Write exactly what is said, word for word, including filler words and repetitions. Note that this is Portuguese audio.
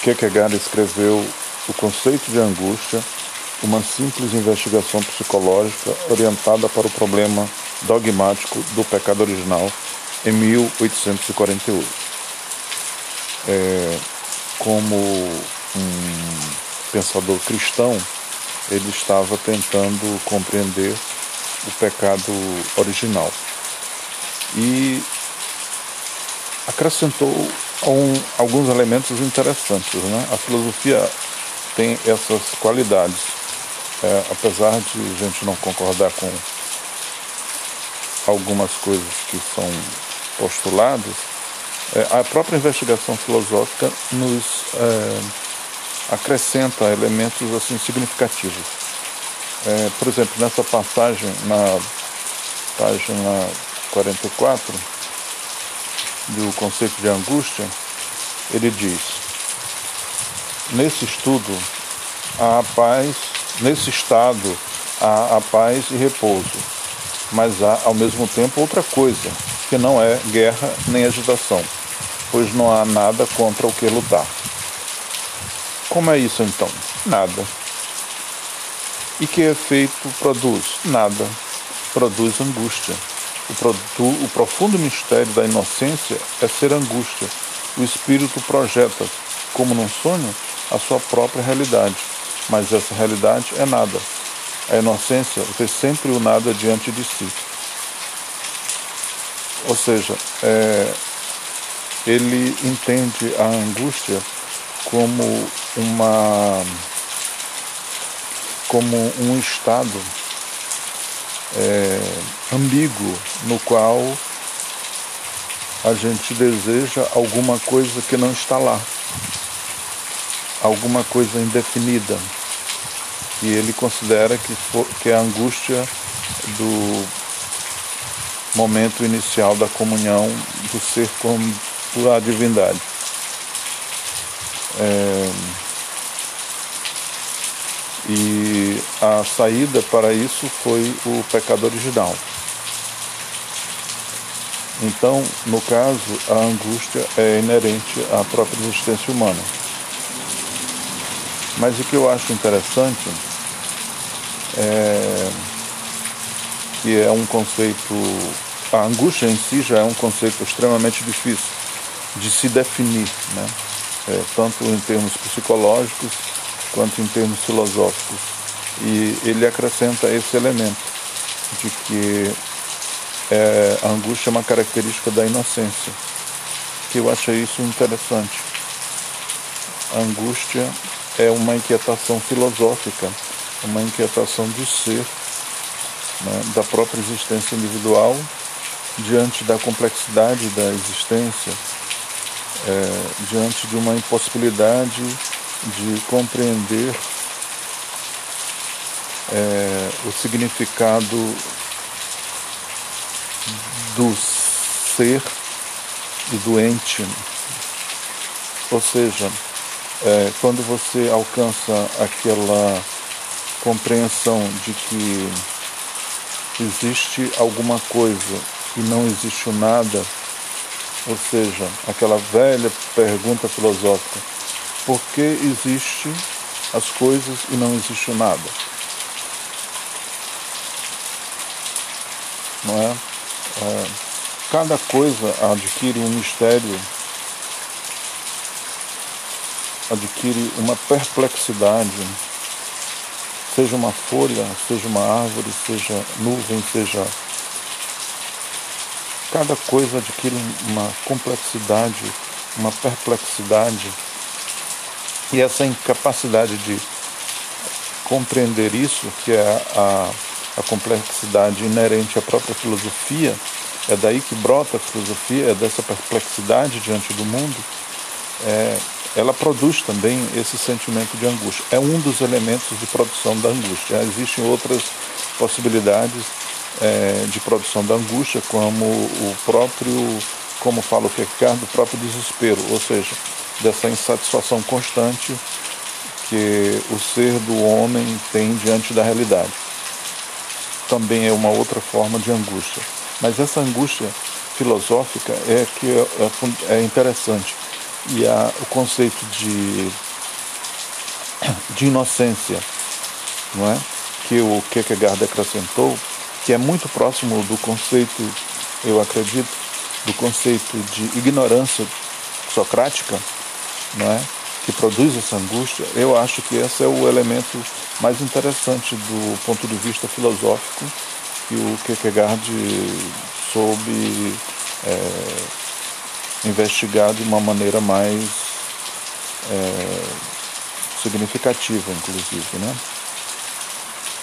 Kierkegaard escreveu O Conceito de Angústia, uma simples investigação psicológica orientada para o problema dogmático do pecado original, em mil oitocentos e quarenta e oito. É, como um pensador cristão, ele estava tentando compreender o pecado original e acrescentou um, alguns elementos interessantes, né? A filosofia tem essas qualidades, é, apesar de a gente não concordar com algumas coisas que são postuladas, é, a própria investigação filosófica nos é, acrescenta elementos assim significativos. É, por exemplo, nessa passagem, na página quarenta e quatro do Conceito de Angústia, ele diz: nesse estudo há a paz, nesse estado há a paz e repouso, mas há ao mesmo tempo outra coisa, que não é guerra nem agitação, pois não há nada contra o que lutar. Como é isso então? Nada. E que efeito produz? Nada. Produz angústia. O, produ- o profundo mistério da inocência é ser angústia. O espírito projeta, como num sonho, a sua própria realidade, mas essa realidade é nada. A inocência vê sempre o nada diante de si. Ou seja, é, ele entende a angústia como uma como um estado é, ambíguo, no qual a gente deseja alguma coisa que não está lá, alguma coisa indefinida, e ele considera que, for, que é a angústia do momento inicial da comunhão do ser com a divindade. É, e a saída para isso foi o pecado original. Então, no caso, a angústia é inerente à própria existência humana. Mas o que eu acho interessante é que é um conceito, a angústia em si já é um conceito extremamente difícil de se definir, né? É, tanto em termos psicológicos quanto em termos filosóficos. E ele acrescenta esse elemento de que é, a angústia é uma característica da inocência, que eu achei isso interessante. A angústia é uma inquietação filosófica, uma inquietação do ser, né, da própria existência individual, diante da complexidade da existência, é, diante de uma impossibilidade de compreender é, o significado do ser e do ente. Ou seja, é, quando você alcança aquela compreensão de que existe alguma coisa e não existe o nada, ou seja, aquela velha pergunta filosófica: por que existem as coisas e não existe o nada? Não é? É, cada coisa adquire um mistério, adquire uma perplexidade, seja uma folha, seja uma árvore, seja nuvem, seja... Cada coisa adquire uma complexidade, uma perplexidade, e essa incapacidade de compreender isso, que é a, a complexidade inerente à própria filosofia, é daí que brota a filosofia, é dessa perplexidade diante do mundo, é, ela produz também esse sentimento de angústia. É um dos elementos de produção da angústia. Existem outras possibilidades é, de produção da angústia, como o próprio, como fala o Kierkegaard, o próprio desespero, ou seja, dessa insatisfação constante que o ser do homem tem diante da realidade. Também é uma outra forma de angústia. Mas essa angústia filosófica é que é, é interessante. e a, o conceito de, de inocência, não é? Que o Kierkegaard acrescentou, que é muito próximo do conceito, eu acredito, do conceito de ignorância socrática, não é? Que produz essa angústia. Eu acho que esse é o elemento mais interessante do ponto de vista filosófico que o Kierkegaard soube é, investigar de uma maneira mais é, significativa, inclusive, né?